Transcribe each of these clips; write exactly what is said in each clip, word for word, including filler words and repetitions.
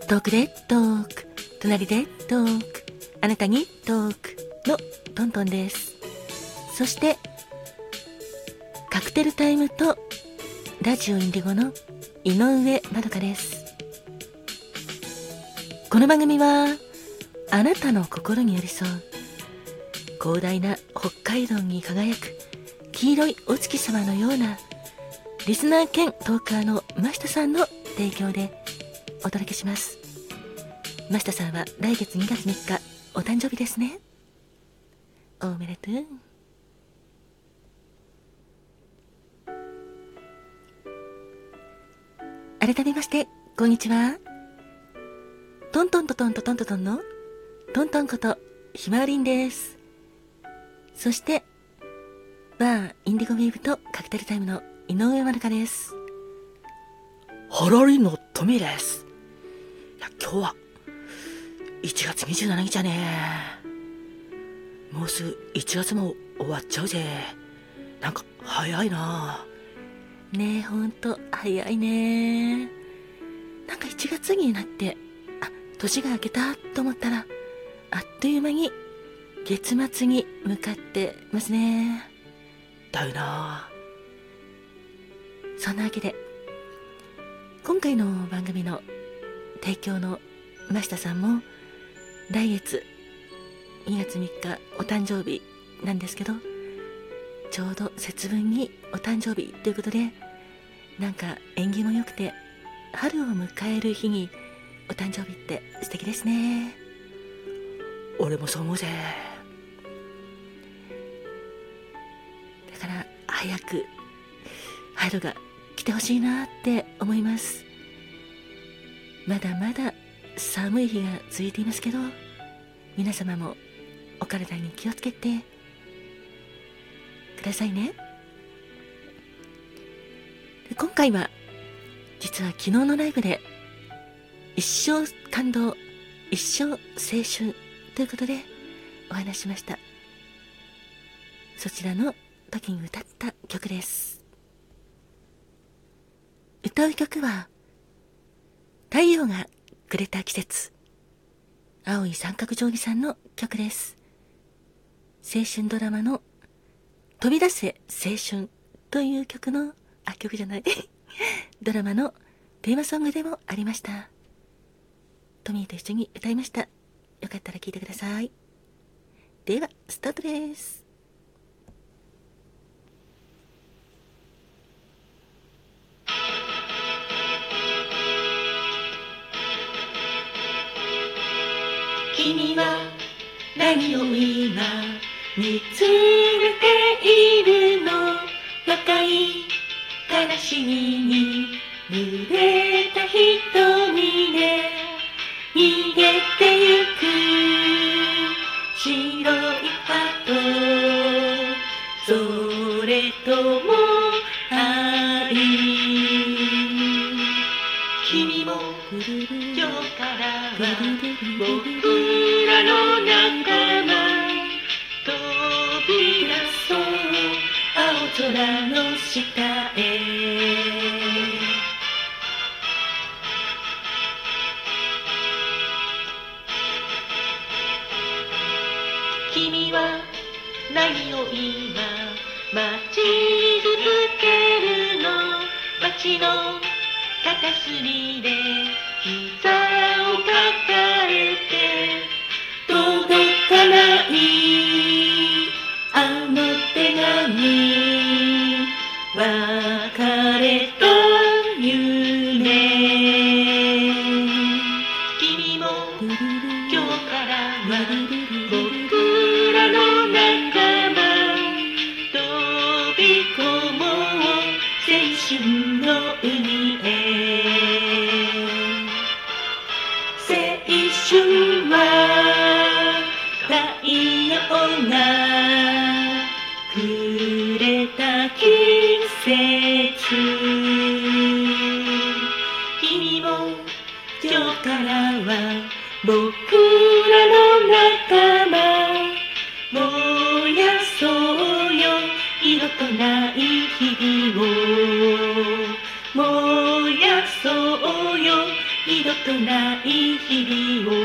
遠くでトーク、隣でトーク、あなたにトークのトントンです。そしてカクテルタイムとラジオインディゴの井上まどかです。この番組はあなたの心に寄り添う広大な北海道に輝く黄色いお月様のようなリスナー兼トーカーの真下さんの提供でお届けします。真下さんは来月にがつみっかお誕生日ですね。おめでとう。改めましてこんにちは。トントントントントントントンのトントンことひまわりんです。そしてバーインディゴウェーブとカクテルタイムの井上まどかです。 ハラリのトミーです。いや今日はいちがつにじゅうしちにちだね。もうすぐいちがつも終わっちゃうぜ。なんか早いな。 ねえ、ほんと早いね。なんかいちがつになってあ、年が明けたと思ったらあっという間に月末に向かってますね。 だよな。 そんなわけで今回の番組の提供の真下さんも来月にがつみっかお誕生日なんですけど、ちょうど節分にお誕生日ということで、なんか縁起も良くて春を迎える日にお誕生日って素敵ですね。 俺もそう思うぜ。 だから早く春が来てほしいなって思います。まだまだ寒い日が続いていますけど、皆様もお体に気をつけてくださいね。今回は実は昨日のライブで一生感動一生青春ということでお話ししました。そちらの時に歌った曲です。歌う曲は太陽がくれた季節、青い三角定規さんの曲です。青春ドラマの飛び出せ青春という曲のあ曲じゃないドラマのテーマソングでもありました。トミーと一緒に歌いました。よかったら聴いてください。ではスタートです。君は何を今見つめているの。若い悲しみに濡れた瞳で逃げてゆく白い鳩、それとも愛。君も今日からは僕らの仲間、飛び出そう青空の下へ。君は何を今待ち続けるの。街の片隅で膝を抱えて届かないあの手紙、別れと夢。君も今日からは僕らの仲間、飛び込もう青春の海へ。青春は太陽がくれた季節。君も今日からは僕らの仲間、燃やそうよ色とない日々を。燃やそうよ二度とない日々を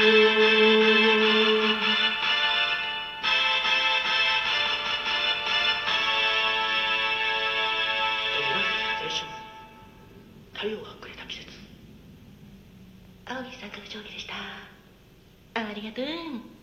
太陽がくれた季節。 青い三角定規でした。ありがとう。